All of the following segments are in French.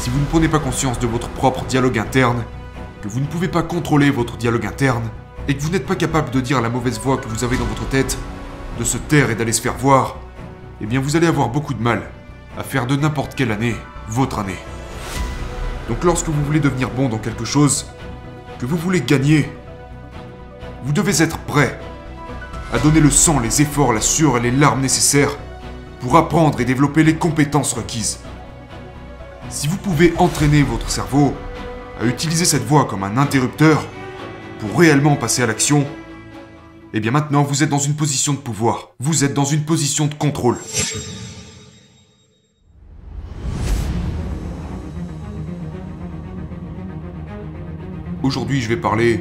si vous ne prenez pas conscience de votre propre dialogue interne, que vous ne pouvez pas contrôler votre dialogue interne, et que vous n'êtes pas capable de dire la mauvaise voix que vous avez dans votre tête, de se taire et d'aller se faire voir, eh bien vous allez avoir beaucoup de mal à faire de n'importe quelle année votre année. Donc lorsque vous voulez devenir bon dans quelque chose, que vous voulez gagner, vous devez être prêt à donner le sang, les efforts, la sueur et les larmes nécessaires pour apprendre et développer les compétences requises. Si vous pouvez entraîner votre cerveau à utiliser cette voix comme un interrupteur pour réellement passer à l'action, eh bien maintenant vous êtes dans une position de pouvoir, vous êtes dans une position de contrôle. Aujourd'hui je vais parler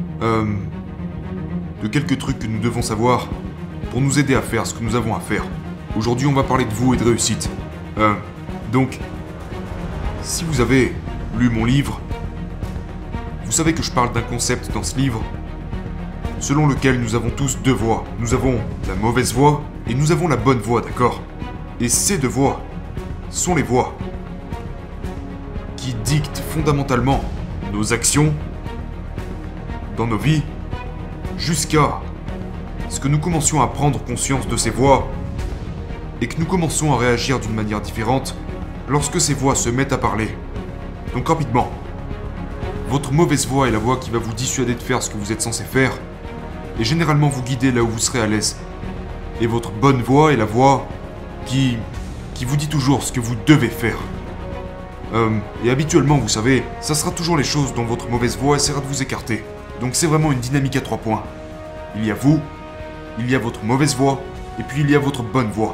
de quelques trucs que nous devons savoir pour nous aider à faire ce que nous avons à faire. Aujourd'hui on va parler de vous et de réussite. Donc, si vous avez lu mon livre, vous savez que je parle d'un concept dans ce livre selon lequel nous avons tous deux voix. Nous avons la mauvaise voix et nous avons la bonne voix, d'accord? Et ces deux voix sont les voix qui dictent fondamentalement nos actions dans nos vies jusqu'à ce que nous commencions à prendre conscience de ces voix et que nous commençons à réagir d'une manière différente lorsque ces voix se mettent à parler. Donc rapidement, votre mauvaise voix est la voix qui va vous dissuader de faire ce que vous êtes censé faire et généralement vous guider là où vous serez à l'aise. Et votre bonne voix est la voix qui vous dit toujours ce que vous devez faire. Et habituellement, vous savez, ça sera toujours les choses dont votre mauvaise voix essaiera de vous écarter. Donc c'est vraiment une dynamique à 3 points. Il y a vous, il y a votre mauvaise voix, et puis il y a votre bonne voix.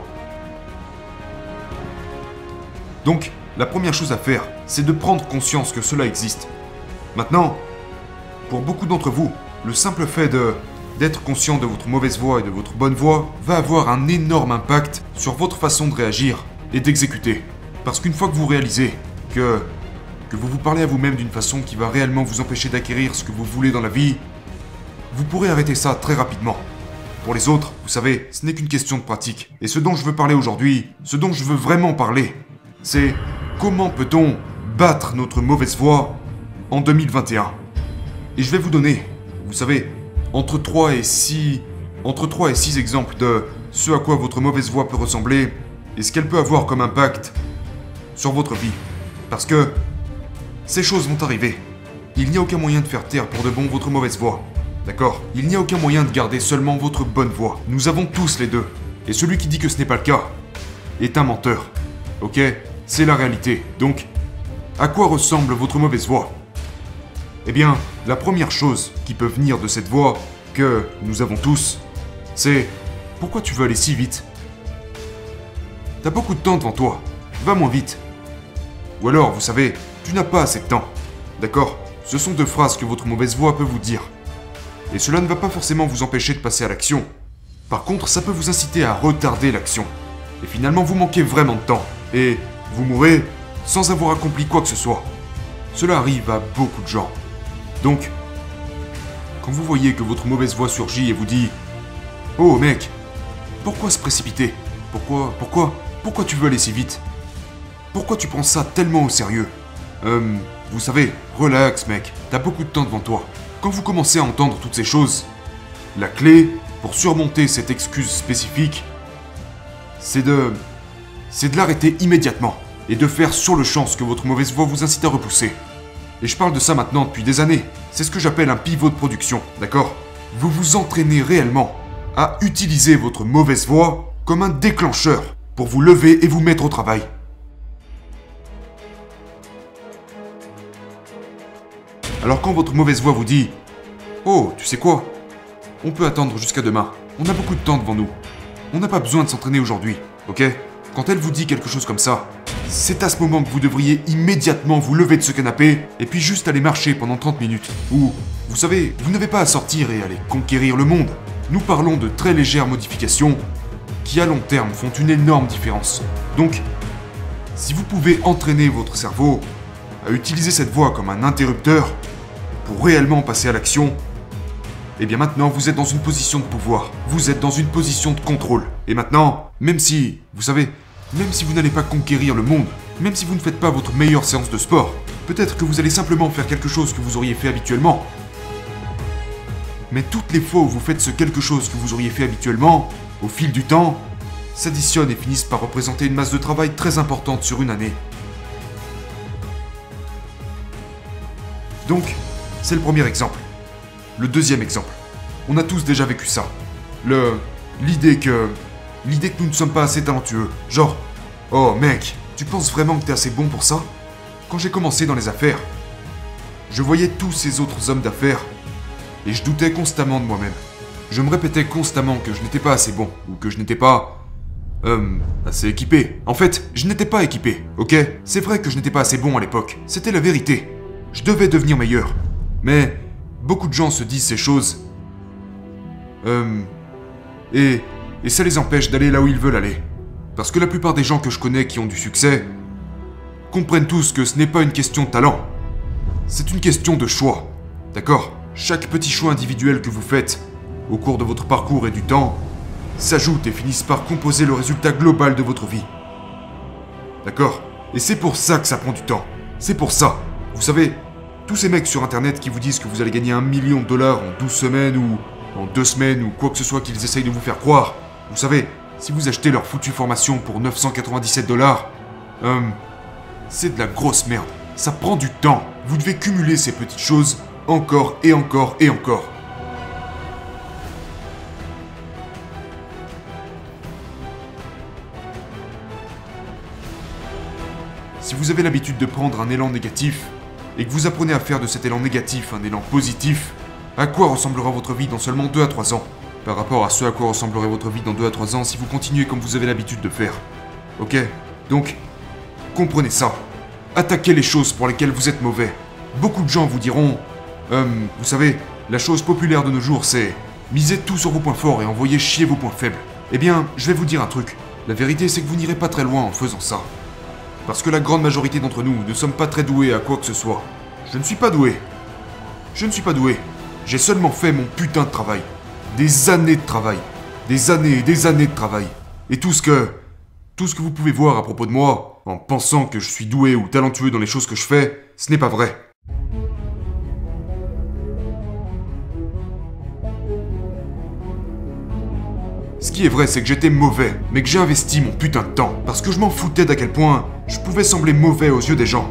Donc, la première chose à faire, c'est de prendre conscience que cela existe. Maintenant, pour beaucoup d'entre vous, le simple fait d'être conscient de votre mauvaise voix et de votre bonne voix va avoir un énorme impact sur votre façon de réagir et d'exécuter. Parce qu'une fois que vous réalisez que vous vous parlez à vous-même d'une façon qui va réellement vous empêcher d'acquérir ce que vous voulez dans la vie, vous pourrez arrêter ça très rapidement. Pour les autres, vous savez, ce n'est qu'une question de pratique. Et ce dont je veux parler aujourd'hui, ce dont je veux vraiment parler, c'est comment peut-on battre notre mauvaise voix en 2021. Et je vais vous donner, vous savez, entre 3 et 6 exemples de ce à quoi votre mauvaise voix peut ressembler et ce qu'elle peut avoir comme impact sur votre vie. Parce que ces choses vont arriver. Il n'y a aucun moyen de faire taire pour de bon votre mauvaise voix. D'accord? Il n'y a aucun moyen de garder seulement votre bonne voix. Nous avons tous les deux. Et celui qui dit que ce n'est pas le cas est un menteur. Ok? C'est la réalité. Donc, à quoi ressemble votre mauvaise voix? Eh bien, la première chose qui peut venir de cette voix que nous avons tous, c'est « Pourquoi tu veux aller si vite? T'as beaucoup de temps devant toi. Va moins vite. » Ou alors, vous savez, tu n'as pas assez de temps. D'accord? Ce sont 2 phrases que votre mauvaise voix peut vous dire. Et cela ne va pas forcément vous empêcher de passer à l'action. Par contre, ça peut vous inciter à retarder l'action. Et finalement, vous manquez vraiment de temps. Et vous mourrez sans avoir accompli quoi que ce soit. Cela arrive à beaucoup de gens. Donc, quand vous voyez que votre mauvaise voix surgit et vous dit « Oh mec, pourquoi se précipiter? Pourquoi tu veux aller si vite? Pourquoi tu prends ça tellement au sérieux? Vous savez, relax mec, t'as beaucoup de temps devant toi. » Quand vous commencez à entendre toutes ces choses, la clé pour surmonter cette excuse spécifique, c'est de l'arrêter immédiatement et de faire sur le champ ce que votre mauvaise voix vous incite à repousser. Et je parle de ça maintenant depuis des années. C'est ce que j'appelle un pivot de production, d'accord? Vous vous entraînez réellement à utiliser votre mauvaise voix comme un déclencheur pour vous lever et vous mettre au travail. Alors quand votre mauvaise voix vous dit « Oh, tu sais quoi? On peut attendre jusqu'à demain. On a beaucoup de temps devant nous. On n'a pas besoin de s'entraîner aujourd'hui, ok ?» Quand elle vous dit quelque chose comme ça, c'est à ce moment que vous devriez immédiatement vous lever de ce canapé et puis juste aller marcher pendant 30 minutes. Ou, vous savez, vous n'avez pas à sortir et aller conquérir le monde. Nous parlons de très légères modifications qui à long terme font une énorme différence. Donc, si vous pouvez entraîner votre cerveau à utiliser cette voix comme un interrupteur pour réellement passer à l'action, eh bien maintenant vous êtes dans une position de pouvoir, vous êtes dans une position de contrôle. Et maintenant, même si, vous savez, même si vous n'allez pas conquérir le monde, Même si vous ne faites pas votre meilleure séance de sport, peut-être que vous allez simplement faire quelque chose que vous auriez fait habituellement. Mais toutes les fois où vous faites ce quelque chose que vous auriez fait habituellement, au fil du temps, s'additionnent et finissent par représenter une masse de travail très importante sur une année. Donc, c'est le premier exemple. Le deuxième exemple. On a tous déjà vécu ça. L'idée que nous ne sommes pas assez talentueux. Genre, oh mec, tu penses vraiment que t'es assez bon pour ça? Quand j'ai commencé dans les affaires, je voyais tous ces autres hommes d'affaires et je doutais constamment de moi-même. Je me répétais constamment que je n'étais pas assez bon ou que je n'étais pas assez équipé. En fait, je n'étais pas équipé, ok? C'est vrai que je n'étais pas assez bon à l'époque. C'était la vérité. Je devais devenir meilleur. Mais beaucoup de gens se disent ces choses. Et ça les empêche d'aller là où ils veulent aller. Parce que la plupart des gens que je connais qui ont du succès comprennent tous que ce n'est pas une question de talent. C'est une question de choix. D'accord? Chaque petit choix individuel que vous faites au cours de votre parcours et du temps s'ajoutent et finissent par composer le résultat global de votre vie. D'accord? Et c'est pour ça que ça prend du temps. C'est pour ça. Vous savez, tous ces mecs sur internet qui vous disent que vous allez gagner $1 million en 12 semaines ou en 2 semaines ou quoi que ce soit qu'ils essayent de vous faire croire. Vous savez, si vous achetez leur foutue formation pour $997, c'est de la grosse merde. Ça prend du temps. Vous devez cumuler ces petites choses encore et encore et encore. Si vous avez l'habitude de prendre un élan négatif, et que vous apprenez à faire de cet élan négatif un élan positif, à quoi ressemblera votre vie dans seulement 2 à 3 ans, par rapport à ce à quoi ressemblerait votre vie dans 2 à 3 ans si vous continuez comme vous avez l'habitude de faire. Ok? Donc, comprenez ça. Attaquez les choses pour lesquelles vous êtes mauvais. Beaucoup de gens vous diront, vous savez, la chose populaire de nos jours c'est misez tout sur vos points forts et envoyez chier vos points faibles. Eh bien, je vais vous dire un truc. La vérité c'est que vous n'irez pas très loin en faisant ça. Parce que la grande majorité d'entre nous ne sommes pas très doués à quoi que ce soit. Je ne suis pas doué. Je ne suis pas doué. J'ai seulement fait mon putain de travail. Des années de travail. Des années et des années de travail. Et tout ce que vous pouvez voir à propos de moi, en pensant que je suis doué ou talentueux dans les choses que je fais, ce n'est pas vrai. Ce qui est vrai, c'est que j'étais mauvais, mais que j'ai investi mon putain de temps, parce que je m'en foutais d'à quel point je pouvais sembler mauvais aux yeux des gens.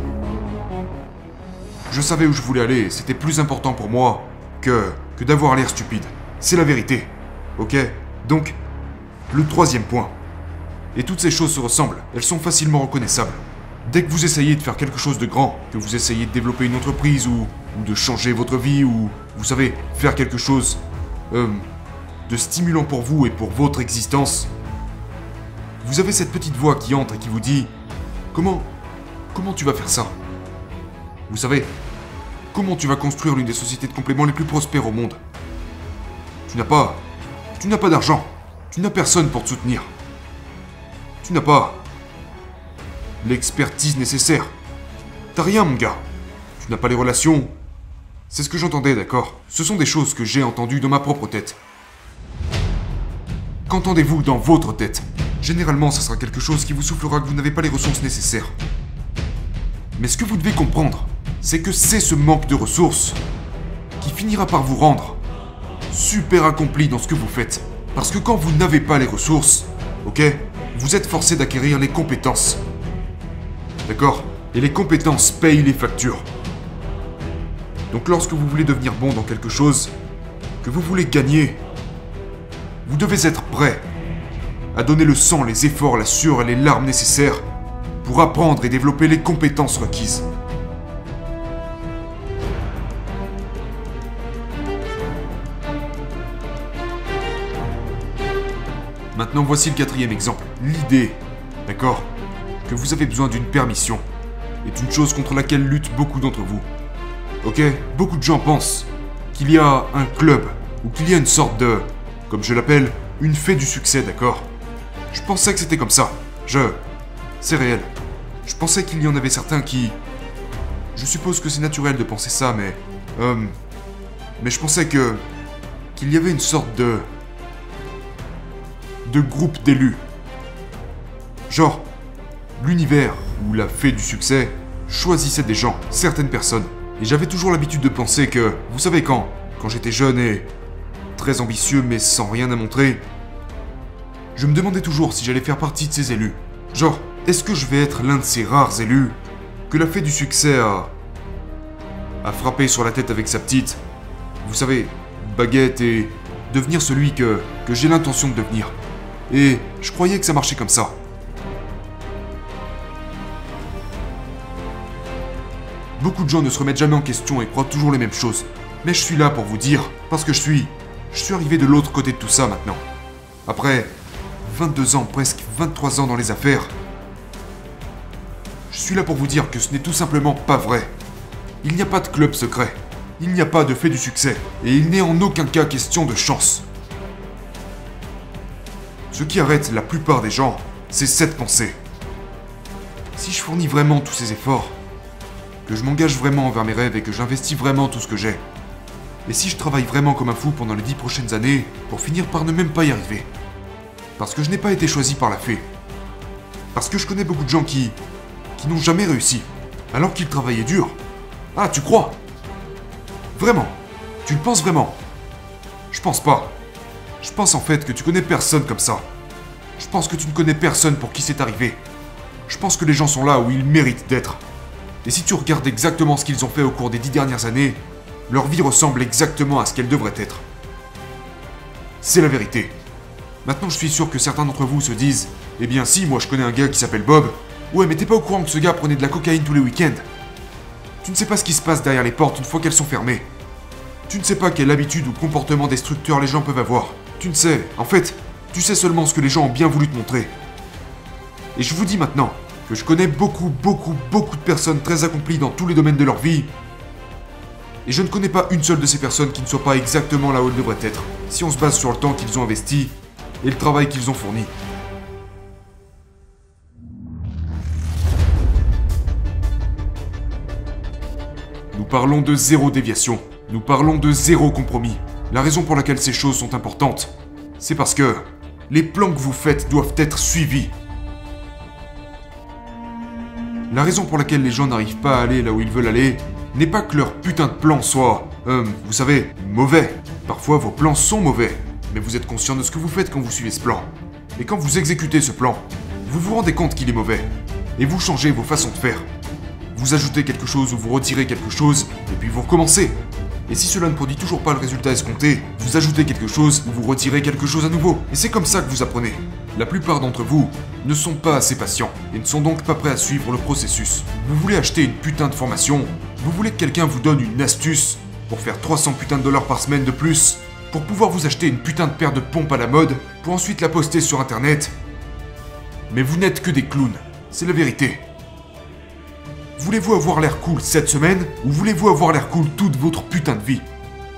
Je savais où je voulais aller, et c'était plus important pour moi que d'avoir l'air stupide. C'est la vérité. Ok? Donc, le troisième point. Et toutes ces choses se ressemblent, elles sont facilement reconnaissables. Dès que vous essayez de faire quelque chose de grand, que vous essayez de développer une entreprise ou de changer votre vie ou, vous savez, faire quelque chose de stimulant pour vous et pour votre existence, vous avez cette petite voix qui entre et qui vous dit « Comment tu vas faire ça ?» Vous savez, comment tu vas construire l'une des sociétés de compléments les plus prospères au monde? Tu n'as pas d'argent, tu n'as personne pour te soutenir. Tu n'as pas l'expertise nécessaire. T'as rien, mon gars. Tu n'as pas les relations. C'est ce que j'entendais, d'accord? Ce sont des choses que j'ai entendues dans ma propre tête. Qu'entendez-vous dans votre tête? Généralement, ça sera quelque chose qui vous soufflera que vous n'avez pas les ressources nécessaires. Mais ce que vous devez comprendre, c'est que c'est ce manque de ressources qui finira par vous rendre super accompli dans ce que vous faites. Parce que quand vous n'avez pas les ressources, ok, vous êtes forcé d'acquérir les compétences. D'accord? Et les compétences payent les factures. Donc lorsque vous voulez devenir bon dans quelque chose, que vous voulez gagner, vous devez être prêt à donner le sang, les efforts, la sueur et les larmes nécessaires pour apprendre et développer les compétences requises. Maintenant, voici le quatrième exemple. L'idée, d'accord, que vous avez besoin d'une permission est une chose contre laquelle luttent beaucoup d'entre vous. Ok? Beaucoup de gens pensent qu'il y a un club ou qu'il y a une sorte de, comme je l'appelle, une fée du succès, d'accord? Je pensais que c'était comme ça. C'est réel. Je pensais qu'il y en avait certains qui... Je suppose que c'est naturel de penser ça, mais je pensais qu'il y avait une sorte de groupe d'élus. Genre, l'univers ou la fée du succès, choisissait des gens, certaines personnes. Et j'avais toujours l'habitude de penser que, vous savez quand j'étais jeune et très ambitieux mais sans rien à montrer, je me demandais toujours si j'allais faire partie de ces élus. Genre, est-ce que je vais être l'un de ces rares élus que la fée du succès a frappé sur la tête avec sa petite, vous savez, baguette et devenir celui que j'ai l'intention de devenir. Et je croyais que ça marchait comme ça. Beaucoup de gens ne se remettent jamais en question et croient toujours les mêmes choses. Mais je suis là pour vous dire, parce que je suis arrivé de l'autre côté de tout ça maintenant. Après 22 ans, presque 23 ans dans les affaires, je suis là pour vous dire que ce n'est tout simplement pas vrai. Il n'y a pas de club secret, il n'y a pas de fée du succès, et il n'est en aucun cas question de chance. Ce qui arrête la plupart des gens, c'est cette pensée. Si je fournis vraiment tous ces efforts, que je m'engage vraiment envers mes rêves et que j'investis vraiment tout ce que j'ai, et si je travaille vraiment comme un fou pendant les 10 prochaines années pour finir par ne même pas y arriver, parce que je n'ai pas été choisi par la fée, parce que je connais beaucoup de gens qui n'ont jamais réussi, alors qu'ils travaillaient dur. Ah, tu crois? Vraiment? Tu le penses vraiment? Je pense pas. Je pense en fait que tu connais personne comme ça. Je pense que tu ne connais personne pour qui c'est arrivé. Je pense que les gens sont là où ils méritent d'être. Et si tu regardes exactement ce qu'ils ont fait au cours des 10 dernières années, leur vie ressemble exactement à ce qu'elle devrait être. C'est la vérité. Maintenant, je suis sûr que certains d'entre vous se disent « Eh bien si, moi je connais un gars qui s'appelle Bob. Ouais, mais t'es pas au courant que ce gars prenait de la cocaïne tous les week-ends. Tu ne sais pas ce qui se passe derrière les portes une fois qu'elles sont fermées. Tu ne sais pas quelle habitude ou comportement destructeur les gens peuvent avoir. Tu ne sais, en fait, tu sais seulement ce que les gens ont bien voulu te montrer. Et je vous dis maintenant que je connais beaucoup de personnes très accomplies dans tous les domaines de leur vie. Et je ne connais pas une seule de ces personnes qui ne soit pas exactement là où elles devraient être, si on se base sur le temps qu'ils ont investi et le travail qu'ils ont fourni. Nous parlons de zéro déviation. Nous parlons de zéro compromis. La raison pour laquelle ces choses sont importantes, c'est parce que les plans que vous faites doivent être suivis. La raison pour laquelle les gens n'arrivent pas à aller là où ils veulent aller n'est pas que leur putain de plan soit, vous savez, mauvais. Parfois vos plans sont mauvais, mais vous êtes conscient de ce que vous faites quand vous suivez ce plan. Et quand vous exécutez ce plan, vous vous rendez compte qu'il est mauvais. Et vous changez vos façons de faire. Vous ajoutez quelque chose ou vous retirez quelque chose, et puis vous recommencez. Et si cela ne produit toujours pas le résultat escompté, vous ajoutez quelque chose ou vous retirez quelque chose à nouveau. Et c'est comme ça que vous apprenez. La plupart d'entre vous ne sont pas assez patients et ne sont donc pas prêts à suivre le processus. Vous voulez acheter une putain de formation, vous voulez que quelqu'un vous donne une astuce pour faire 300 putains de dollars par semaine de plus, pour pouvoir vous acheter une putain de paire de pompes à la mode, pour ensuite la poster sur internet. Mais vous n'êtes que des clowns, c'est la vérité. Voulez-vous avoir l'air cool cette semaine ou voulez-vous avoir l'air cool toute votre putain de vie?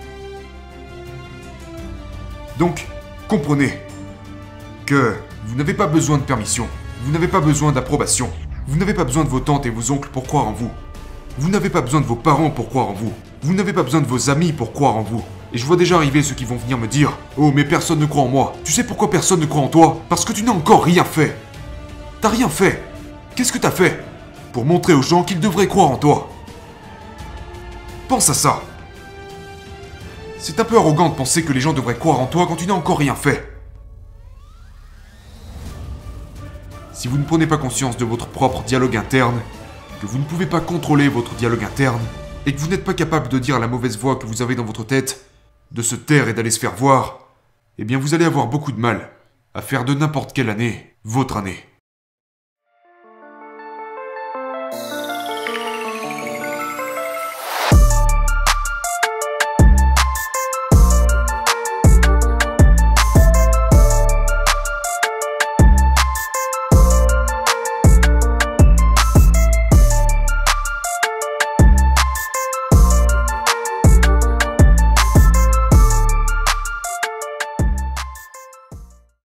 Donc, comprenez que vous n'avez pas besoin de permission, vous n'avez pas besoin d'approbation, vous n'avez pas besoin de vos tantes et vos oncles pour croire en vous. Vous n'avez pas besoin de vos parents pour croire en vous. Vous n'avez pas besoin de vos amis pour croire en vous. Et je vois déjà arriver ceux qui vont venir me dire « Oh, mais personne ne croit en moi. Tu sais pourquoi personne ne croit en toi? Parce que tu n'as encore rien fait. T'as rien fait. Qu'est-ce que t'as fait pour montrer aux gens qu'ils devraient croire en toi? Pense à ça. C'est un peu arrogant de penser que les gens devraient croire en toi quand tu n'as encore rien fait. Si vous ne prenez pas conscience de votre propre dialogue interne, que vous ne pouvez pas contrôler votre dialogue interne, et que vous n'êtes pas capable de dire à la mauvaise voix que vous avez dans votre tête, de se taire et d'aller se faire voir, eh bien vous allez avoir beaucoup de mal à faire de n'importe quelle année votre année.